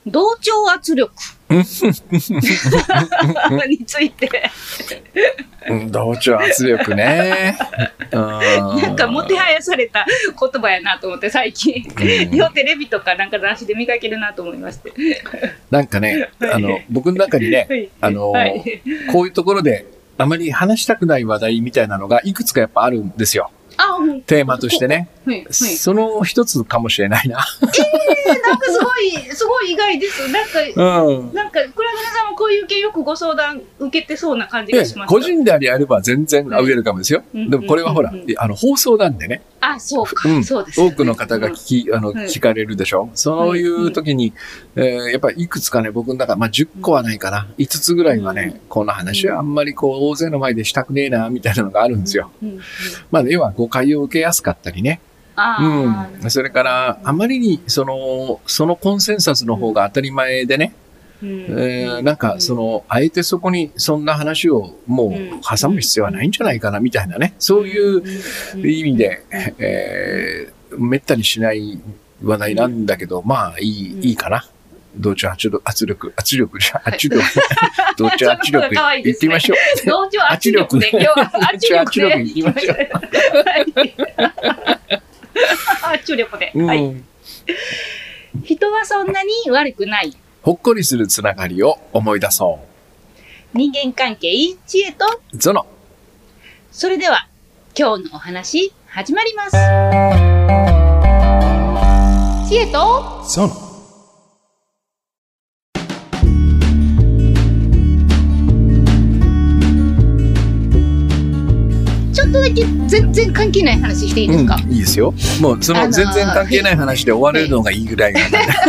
同調圧力について同調圧力ね。 なんかもてはやされた言葉やなと思って最近、ようテレビとかなんか雑誌で見かけるなと思いまして。 なんかね、僕の中にね、こういうところであまり話したくない話題みたいなのがいくつかやっぱあるんですよ。テーマとしてね。その一つかもしれないな。 なんかすごい意外です。なんか、倉田さんもこういう系よくご相談受けてそうな感じがします。 個人であれば全然ウェルカムですよ。でもこれはほら、放送なんでね。 そうか。そうです。 多くの方が聞かれるでしょ。そういう時に、やっぱりいくつかね、僕の中、10個はないかな。5つぐらいはね、この話はあんまりこう、大勢の前でしたくねえな、みたいなのがあるんですよ。要は誤解を受けやすかったりね。それから、あまりに、そのコンセンサスの方が当たり前でね、なんか、あえてそこにそんな話をもう挟む必要はないんじゃないかな、みたいなね。そういう意味で、めったにしない話題なんだけど、いいかな。同調圧力、同調圧力、言ってみましょう。 同調圧力で、今日は圧力で。言ってみましょう。圧力で。はい。人はそんなに悪くない。 ほっこりするつながりを思い出そう。 人間関係、知恵とゾノ。 それでは、今日のお話、始まります。知恵とゾノ。 ちょっとだけ全然関係ない話していいですか？ いいですよ。もう全然関係ない話で終われるのがいいぐらい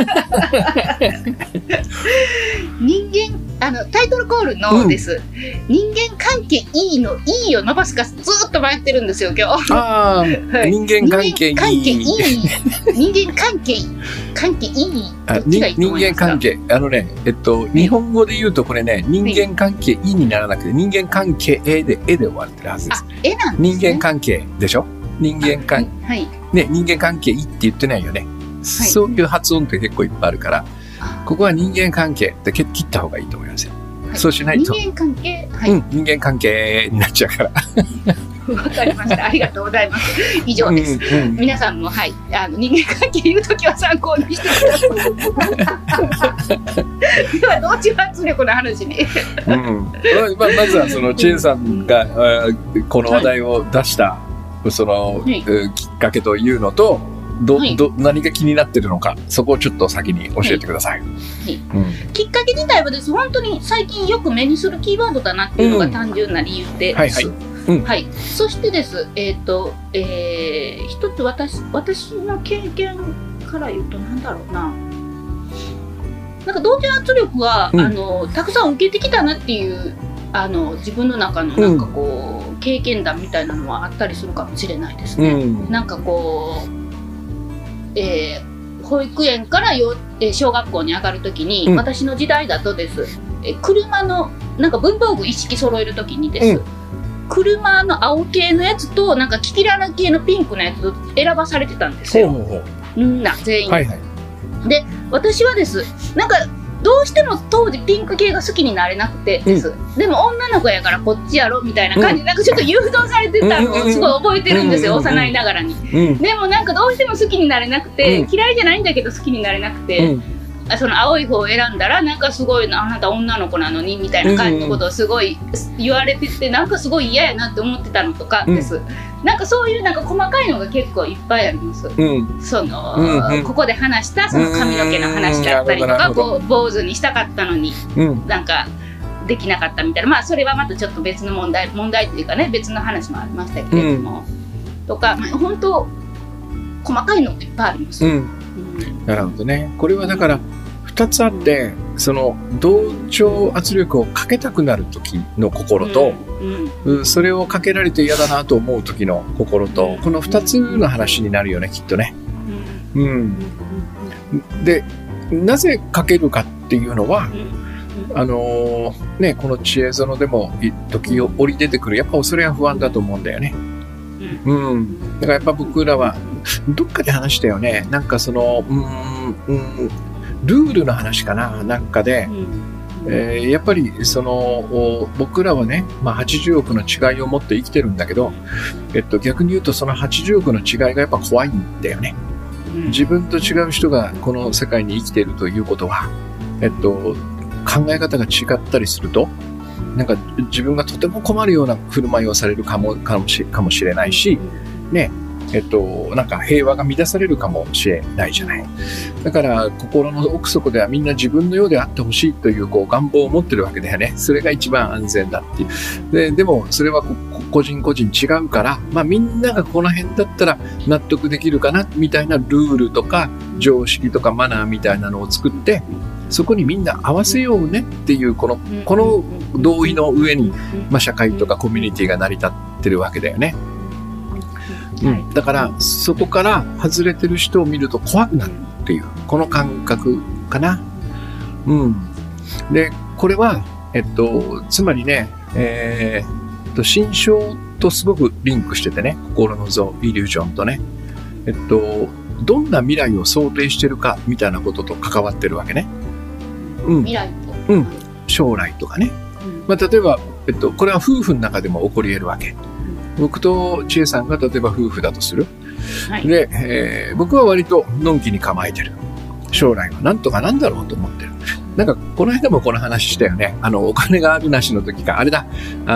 人間タイトルコールのです、人間関係いいのいいを伸ばすかずっと迷ってるんですよ今日。 人間関係いい。 人間関係いい。 人間関係日本語で言うとこれね、人間関係いいにならなくて人間関係で終わってるはずです。 なんですね。 人間関係でしょ。人間関係いいって言ってないよね。そういう発音って結構いっぱいあるから。ここは人間関係って切った方がいいと思いますよ。そうしないと。 人間関係人間関係になっちゃうから。 わかりました。ありがとうございます。以上です。皆さんも人間関係言うときは参考にしてください。では同調圧力の話に。 まずはそのチェンさんがこの話題を出したきっかけというのと。何が気になってるのか、そこをちょっと先に教えてください。 きっかけ自体はです、本当に最近よく目にするキーワードだなっていうのが単純な理由でです。そしてです、一つ私の経験から言うとなんだろうな。なんか同調圧力は、たくさん受けてきたなっていう自分の中のなんかこう、経験談みたいなのはあったりするかもしれないですね。なんかこう。保育園から小学校に上がるときに、私の時代だとです、車のなんか文房具一式揃えるときにです、車の青系のやつとなんかキキララ系のピンクのやつ選ばされてたんですよ。みんな全員。で私はですなんかどうしても当時ピンク系が好きになれなくてです、でも女の子やからこっちやろみたいな感じで、なんかちょっと誘導されてたのをすごい覚えてるんですよ、幼いながらに。でもなんかどうしても好きになれなくて、嫌いじゃないんだけど好きになれなくて、その青い方を選んだらなんかすごいあなた女の子なのにみたいな感じのことをすごい言われてて、なんかすごい嫌やなって思ってたのとかです。なんかそういうなんか細かいのが結なんかいっぱいあります。ここで話したその髪の毛の話だったりとか、坊主にしたかったのになんかできなかったみたいな、それはまたちょっと別の問題っていうかね、別の話もありましたけれども、とか本当細かいのっていっぱいあります。 なるほどね。これはだから2つあって、その同調圧力をかけたくなる時の心と、それをかけられて嫌だなと思う時の心と、この2つの話になるよね、きっとね。で、なぜかけるかっていうのは、この知恵園でも時折出てくる、やっぱ恐れや不安だと思うんだよね。だからやっぱ僕らはどっかで話したよね。なんかルールの話かな、なんかで、やっぱり僕らはね、80億の違いを持って生きてるんだけど、逆に言うとその80億の違いがやっぱ怖いんだよね。自分と違う人がこの世界に生きているということは、考え方が違ったりすると、なんか自分がとても困るような振る舞いをされるかもしれないし、ね、なんか平和が乱されるかもしれないじゃない。だから心の奥底ではみんな自分のようであってほしいという願望を持ってるわけだよね。それが一番安全だっていう。でもそれは個人個人違うから、みんながこの辺だったら納得できるかなみたいなルールとか常識とかマナーみたいなのを作って、そこにみんな合わせようねっていうこの同意の上に、社会とかコミュニティが成り立ってるわけだよね。だからそこから外れてる人を見ると怖くなるっていうこの感覚かな。でこれはつまりね、心象とすごくリンクしててね、心の像イリュージョンとね、どんな未来を想定してるかみたいなことと関わってるわけね。 未来と、 将来とかね。例えば、これは夫婦の中でも起こり得るわけ。僕と千恵さんが例えば夫婦だとする。で、僕は割とのんきに構えてる。将来はなんとかなんだろうと思ってる。なんか、この間もこの話したよね。お金があるなしの時か。あれだ。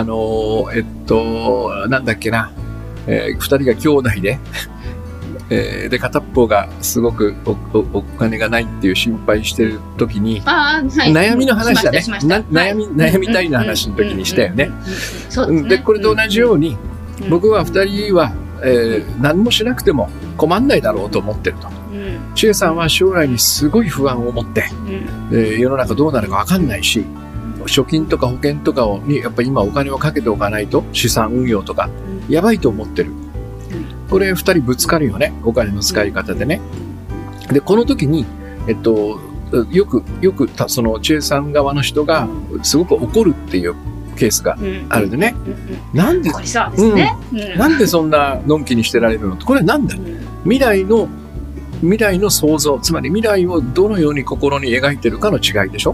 なんだっけな。二人が兄弟で、で、片っぽがすごくお金がないっていう心配してる時に、悩みの話だね。悩みたいな話の時にしたよね。で、これと同じように、僕は二人は、何もしなくても困んないだろうと思ってると。千恵さんは将来にすごい不安を持って、世の中どうなるかわかんないし、貯金とか保険とかにやっぱり今お金をかけておかないと、資産運用とか、やばいと思ってる。これ二人ぶつかるよね。お金の使い方でね。で、この時に、よく、その千恵さん側の人がすごく怒るっていうケースがあるでね。なんでそんなのんきにしてられるのって、これはなんだ、未来の想像、つまり未来をどのように心に描いてるかの違いでしょ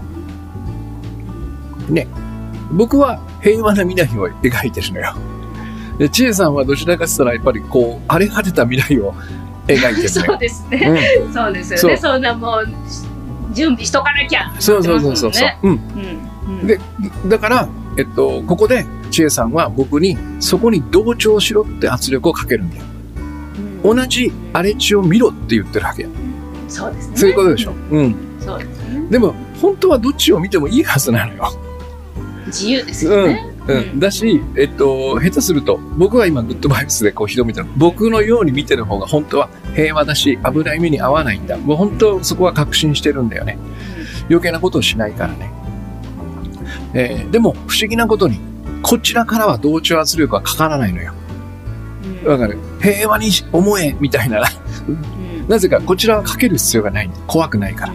ね。僕は平和な未来を描いてるのよ。で、千恵さんはどちらかと言ったらやっぱり荒れ果てた未来を描いてるのよ。 そうですね。そうですよね。そんなもう準備しとかなきゃ。 そう。で、だから、ここで千恵さんは僕にそこに同調しろって圧力をかけるんだよ。同じ荒れ地を見ろって言ってるわけよ。 そうですね。 そういうことでしょ。 そうですね。 でも本当はどっちを見てもいいはずなのよ。 自由ですよね。 だし、下手すると僕は今グッドバイブスで広めてる。僕のように見てる方が本当は平和だし危ない目に遭わないんだ。もう本当そこは確信してるんだよね。余計なことをしないからね。でも不思議なことにこちらからは同調圧力はかからないのよ。わかる？平和に思えみたいな。なぜかこちらはかける必要がない。怖くないから。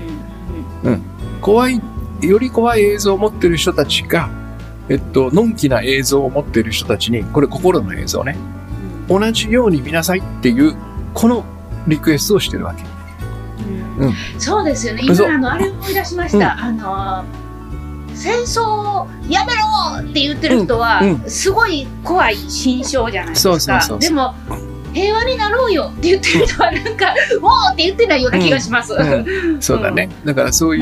より怖い映像を持ってる人たちが、のんきな映像を持ってる人たちに、これ心の映像ね。同じように見なさいっていう、このリクエストをしてるわけ。 そうですよね。今、あれを思い出しました。戦争をやめろって言ってる人は、すごい怖い心象じゃないですか。でも、平和になろうよって言ってる人はなんか、ウォーって言ってないような気がします。 そうだね。だからそういう、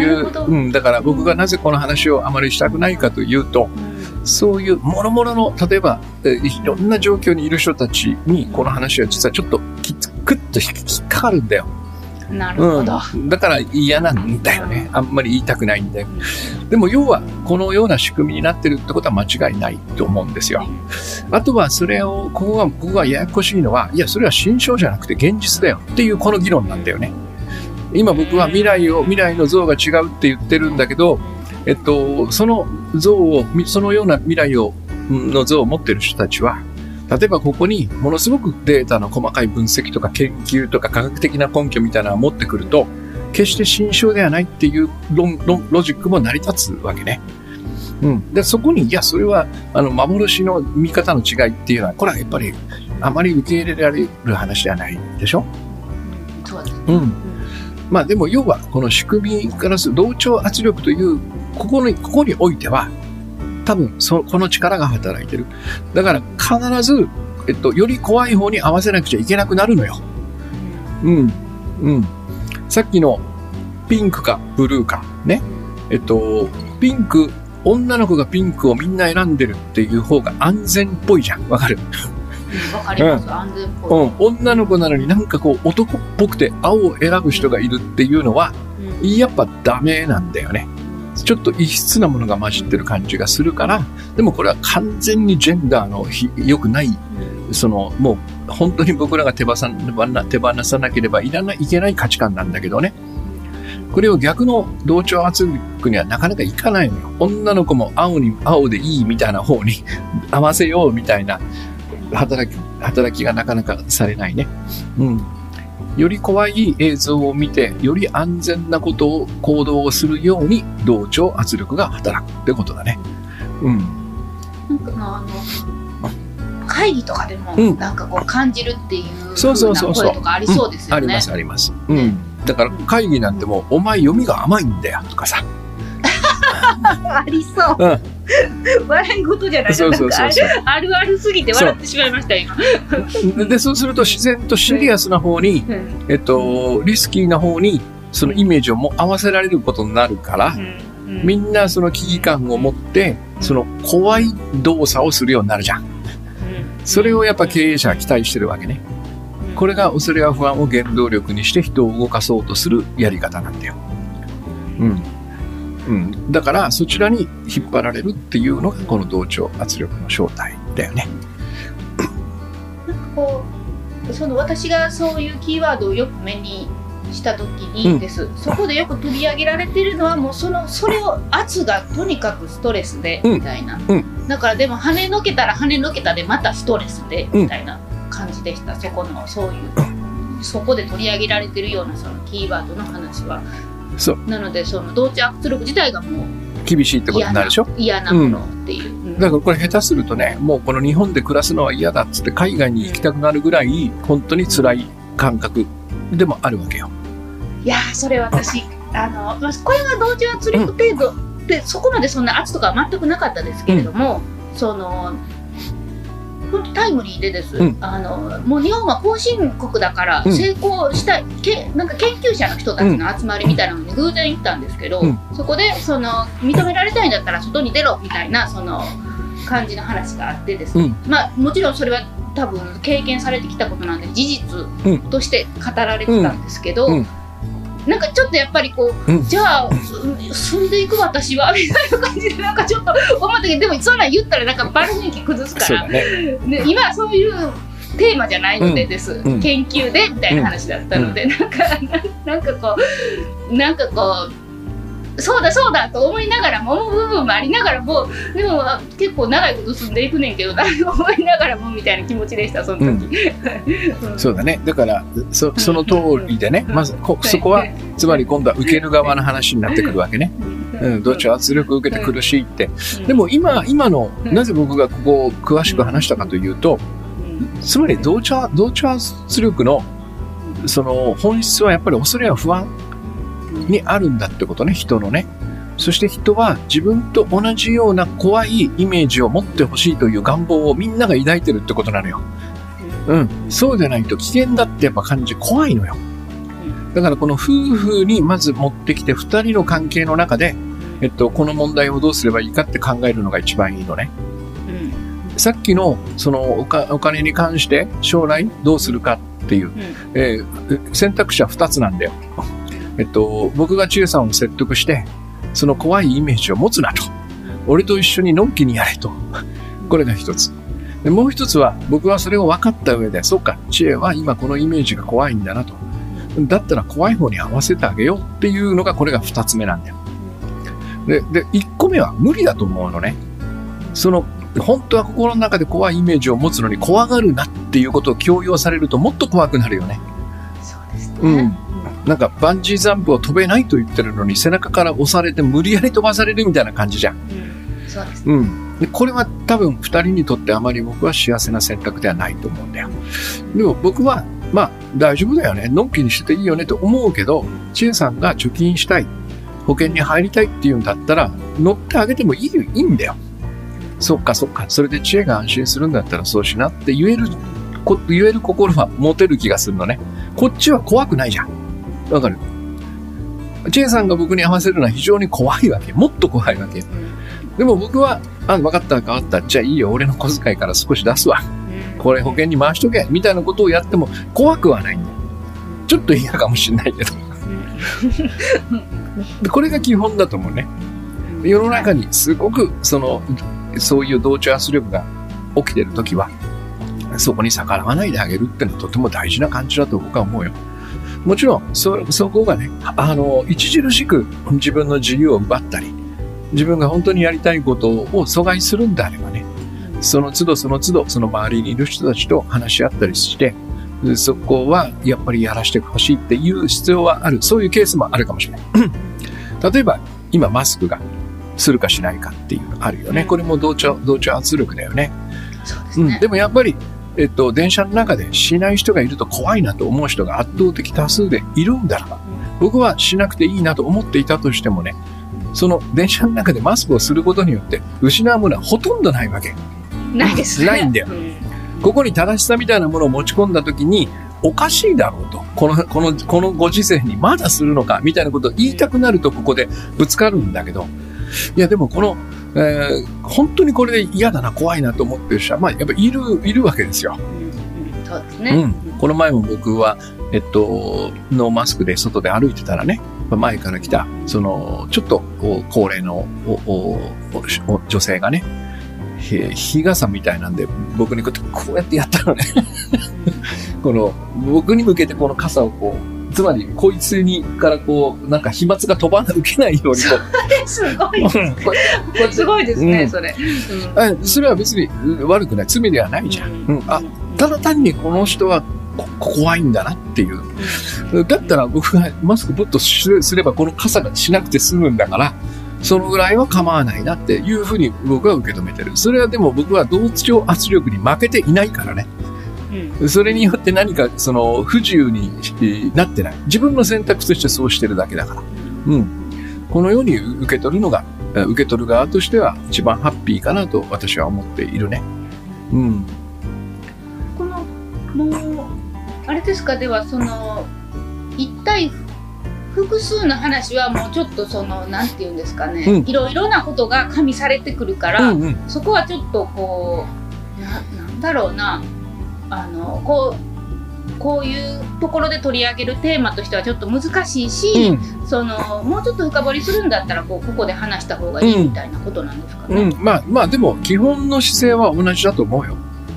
だから僕がなぜこの話をあまりしたくないかというと、そういう諸々の、例えば、いろんな状況にいる人たちに、この話は実はちょっとクッと引っかかるんだよ。 なるほど。 だから嫌なんだよね。あんまり言いたくないんだよ。でも要はこのような仕組みになってるってことは間違いないと思うんですよ。あとはそれを、ここがややこしいのは、いやそれは心象じゃなくて現実だよっていうこの議論なんだよね。今僕は未来の像が違うって言ってるんだけど、そのような未来の像を持ってる人たちは、例えばここにものすごくデータの細かい分析とか研究とか科学的な根拠みたいなのを持ってくると、決して心象ではないっていうロジックも成り立つわけね。で、そこに、いや、それは、幻の見方の違いっていうのは、これはやっぱり、あまり受け入れられる話ではないでしょ？ そうです。 まあでも要はこの仕組みからする同調圧力というここにおいては多分この力が働いてる。だから必ず、より怖い方に合わせなくちゃいけなくなるのよ。さっきのピンクかブルーかね。ピンク、女の子がピンクをみんな選んでるっていう方が安全っぽいじゃん。わかる？ わかります、安全っぽい。 女の子なのになんかこう男っぽくて青を選ぶ人がいるっていうのは、やっぱダメなんだよね。ちょっと異質なものが混じってる感じがするから、でもこれは完全にジェンダーの良くない、もう本当に僕らが手放さなければいけない価値観なんだけどね。これを逆の同調圧力にはなかなかいかないのよ。女の子も青でいいみたいな方に合わせようみたいな働きがなかなかされないね。より怖い映像を見て、より安全な行動をするように同調圧力が働くってことだね。 なんか会議とかでもなんかこう感じるっていう風な声とかありそうですよね。 あります。だから会議なんてもう、お前読みが甘いんだよとかさ。 ありそう。笑い事じゃないですか。あるあるすぎて笑ってしまいました今。 でそうすると自然とシリアスな方に、リスキーな方にそのイメージをも合わせられることになるから、みんなその危機感を持ってその怖い動作をするようになるじゃん。それをやっぱ経営者は期待してるわけね。これが恐れや不安を原動力にして人を動かそうとするやり方なんだよ。だからそちらに引っ張られるっていうのがこの同調圧力の正体だよね。 なんかこう私がそういうキーワードをよく目にした時にです、そこでよく取り上げられてるのはもうそれを圧がとにかくストレスでみたいな、だからでも跳ねのけたら跳ねのけたでまたストレスでみたいな感じでした。そこで取り上げられてるようなそのキーワードの話は。なのでその同調圧力自体がもう厳しいってことになるでしょ。 嫌なものっていう、 だからこれ下手するとね、もうこの日本で暮らすのは嫌だっつって海外に行きたくなるぐらい本当に辛い感覚でもあるわけよ。 いやそれ私これは同調圧力程度で、そこまでそんな圧とかは全くなかったですけれども、本当タイムリーでです、もう日本は後進国だから成功したい、なんか研究者の人たちの集まりみたいなのに偶然行ったんですけど、そこで認められたいんだったら外に出ろみたいな感じの話があってですね、もちろんそれは多分経験されてきたことなんで事実として語られてたんですけど、なんかちょっとやっぱりこう、じゃあ住んでいく私はみたいな感じでなんかちょっと思ったけど、でもそんなん言ったらなんか場の雰囲気崩すから、で今はそういうテーマじゃないのでです、研究でみたいな話だったので、なんかこうそうだと思いながらも思う部分もありながらも、でも結構長いこと住んでいくねんけどなと思いながらもみたいな気持ちでしたその時。 そうだね。だからその通りでね、まずそこはつまり今度は受ける側の話になってくるわけね。同調圧力を受けて苦しいって。でも今のなぜ僕がここを詳しく話したかというと、つまり同調圧力のその本質はやっぱり恐れや不安にあるんだってことね、人のね。そして人は自分と同じような怖いイメージを持ってほしいという願望をみんなが抱いてるってことなのよ。そうでないと危険だってやっぱ感じ怖いのよ。だからこの夫婦にまず持ってきて二人の関係の中で、この問題をどうすればいいかって考えるのが一番いいのね。さっきのそのお金に関して将来どうするかっていう、選択肢は2つなんだよ。僕が千恵さんを説得して、その怖いイメージを持つなと。俺と一緒にのんきにやれと。これが一つ。でもう一つは、僕はそれを分かった上で、そっか、千恵は今このイメージが怖いんだなと。だったら怖い方に合わせてあげようっていうのが、これが二つ目なんだよ。で、一個目は無理だと思うのね。本当は心の中で怖いイメージを持つのに怖がるなっていうことを強要されるともっと怖くなるよね。 そうですね。 なんかバンジージャンプを飛べないと言ってるのに背中から押されて無理やり飛ばされるみたいな感じじゃん。 そうですね。 でこれは多分2人にとってあまり僕は幸せな選択ではないと思うんだよ。でも僕はまあ大丈夫だよね。のんきにしてていいよねと思うけど、千恵さんが貯金したい、保険に入りたいっていうんだったら、乗ってあげてもいいんだよ。そっかそっか。それで知恵が安心するんだったらそうしなって言える心は持てる気がするのね。こっちは怖くないじゃん。わかる？知恵さんが僕に合わせるのは非常に怖いわけ。もっと怖いわけ。でも僕は、分かった。じゃあいいよ。俺の小遣いから少し出すわ。これ保険に回しとけ。みたいなことをやっても怖くはないんだよ。ちょっと嫌かもしれないけど。これが基本だと思うね。世の中にすごくそういう同調圧力が起きてるときは、そこに逆らわないであげるってのはとても大事な感じだと僕は思うよ。もちろん、そこがね、著しく自分の自由を奪ったり、自分が本当にやりたいことを阻害するんであればね、その都度、その周りにいる人たちと話し合ったりして、そこはやっぱりやらせてほしいっていう必要はある。そういうケースもあるかもしれない。例えば、今マスクがするかしないかっていうのあるよね。これも同調圧力だよね。 そうですね。 でもやっぱり、電車の中でしない人がいると怖いなと思う人が圧倒的多数でいるんだらば、僕はしなくていいなと思っていたとしてもね、その電車の中でマスクをすることによって失うものはほとんどないわけ。 ないですね。 ないんだよ。ここに正しさみたいなものを持ち込んだときに、おかしいだろうと。このご時世にまだするのかみたいなことを言いたくなるとここでぶつかるんだけど、いやでも本当にこれで嫌だな、怖いなと思ってる人は、まあやっぱいるわけですよ。 そうですね。 この前も僕は、ノーマスクで外で歩いてたらね、前から来た、ちょっと高齢の女性がね、日傘みたいなんで僕にこうやってやったのね。僕に向けてこの傘をつまりこいつからなんか飛沫が受けないようにすごいすごいですね、それ。 それは別に悪くない、罪ではないじゃん。ただ単にこの人は怖いんだなっていう。だったら僕がマスクぶっとすればこの傘がしなくて済むんだから、そのぐらいは構わないなっていうふうに僕は受け止めてる。それはでも僕は同調圧力に負けていないからね。それによって何か不自由になってない。自分の選択としてそうしてるだけだから。このように受け取る側としては一番ハッピーかなと私は思っているね。 もうあれですか、では一体複数の話はもうちょっとなんていうんですかね、いろいろなことが加味されてくるから、そこはちょっとなんだろうな、こういうところで取り上げるテーマとしてはちょっと難しいし、もうちょっと深掘りするんだったらここで話した方がいいみたいなことなんですかね。 まあでも基本の姿勢は同じだと思うよ。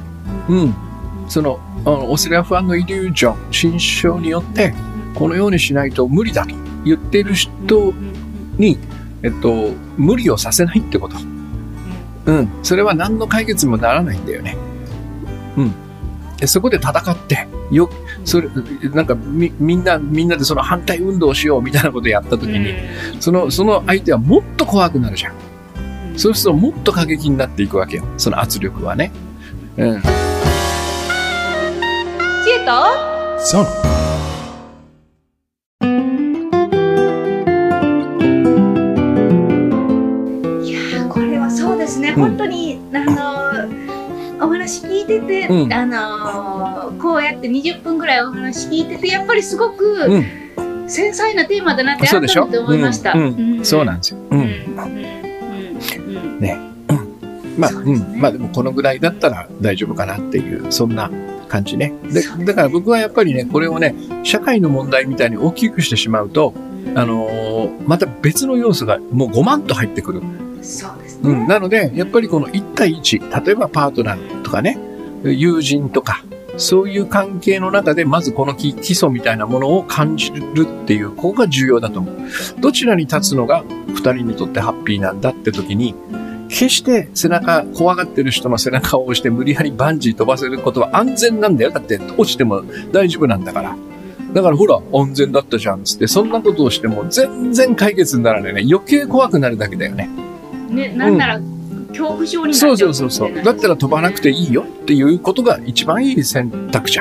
オセラファンのイリュージョン、心象によってこのようにしないと無理だと言っている人に、無理をさせないってこと。それは何の解決にもならないんだよね。そこで戦ってなんかみんなでその反対運動をしようみたいなことをやったときに、その相手はもっと怖くなるじゃん。そうするともっと過激になっていくわけよ。その圧力はね。知恵とそう。 いやこれはそうですね。本当にお話聞いてて、こうやって20分ぐらいお話聞いてて、やっぱりすごく繊細なテーマだなって改めて思いました。 そうなんですよ。まあでもこのぐらいだったら大丈夫かなっていうそんな感じね。だから僕はやっぱりね、これをね、社会の問題みたいに大きくしてしまうと、また別の要素がもう5万と入ってくる。 そうですね。 なので、やっぱりこの1対1、例えばパートナーとかね、友人とか、そういう関係の中で、まずこの基礎みたいなものを感じるっていう、ここが重要だと思う。どちらに立つのが2人にとってハッピーなんだって時に、決して怖がってる人の背中を押して無理やりバンジー飛ばせることは安全なんだよ。だって落ちても大丈夫なんだから。だからほら、安全だったじゃんつって、そんなことをしても全然解決にならないね。余計怖くなるだけだよね。 なんなら、恐怖症になっちゃう。 そう。だったら飛ばなくていいよっていうことが一番いい選択じゃん。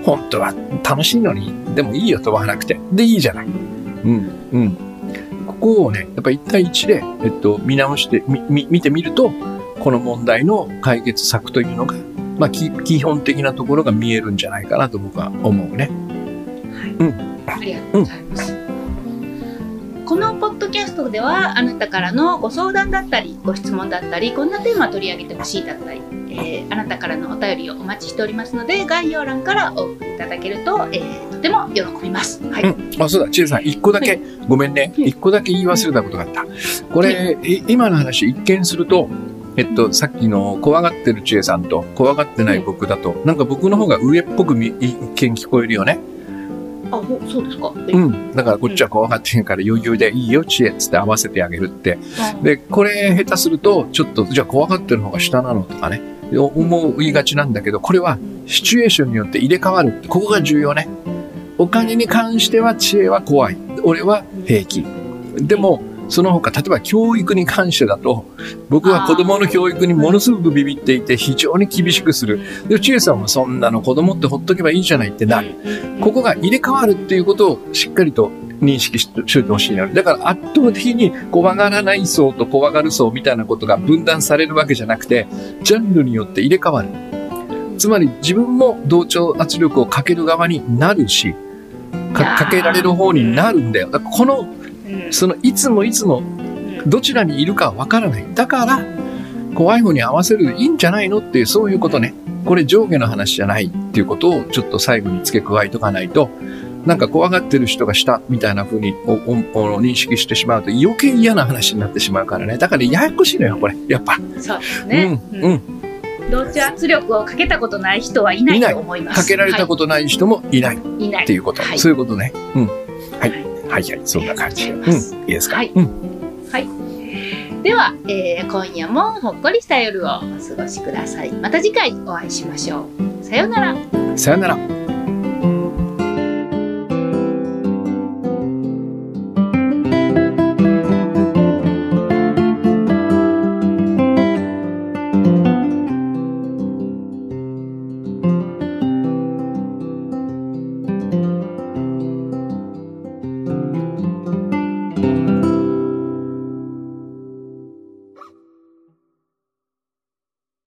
本当は楽しいのに、でもいいよ、飛ばなくて。で、いいじゃない。ここをね、やっぱ1対1で、見直して、見てみると、この問題の解決策というのが、基本的なところが見えるんじゃないかなと僕は思うね。 ありがとうございます。このポッドキャストではあなたからのご相談だったりご質問だったりこんなテーマ取り上げてほしいだったり、あなたからのお便りをお待ちしておりますので概要欄からお送りいただけると、とても喜びます。はい。 そうだ、千恵さん、一個だけ、ごめんね、一個だけ言い忘れたことがあった。これ、今の話一見すると、さっきの怖がってる千恵さんと怖がってない僕だと、なんか僕の方が上っぽく一見聞こえるよね。 あ、そうですか。 だからこっちは怖がってるから余裕でいいよ、知恵っつって合わせてあげるって。で、これ下手すると、ちょっと、じゃあ怖がってる方が下なのとかね、思いがちなんだけど、これはシチュエーションによって入れ替わるって、ここが重要ね。お金に関しては知恵は怖い。俺は平気。でも、その他、例えば教育に関してだと、僕は子供の教育にものすごくビビっていて、非常に厳しくする。で、千恵さんもそんなの子供ってほっとけばいいじゃないってなる。ここが入れ替わるっていうことをしっかりと認識しておいてほしいな。だから圧倒的に怖がらない層と怖がる層みたいなことが分断されるわけじゃなくて、ジャンルによって入れ替わる。つまり自分も同調圧力をかける側になるし、かけられる方になるんだよ。だからこのいつもどちらにいるかわからない。だから怖い方に合わせるでいいんじゃないのっていう、そういうことね。これ上下の話じゃないっていうことをちょっと最後に付け加えとかないと、なんか怖がってる人が下みたいな風に認識してしまうと余計嫌な話になってしまうからね。だからややこしいのよ、これ。やっぱ。 そうですね。同調圧力をかけたことない人はいないと思います。 かけられたことない人もいない。っていうこと。そういうことね。はい、そんな感じで。いいですか。はい。 では、今夜もほっこりした夜をお過ごしください。また次回お会いしましょう。さようなら。 さようなら。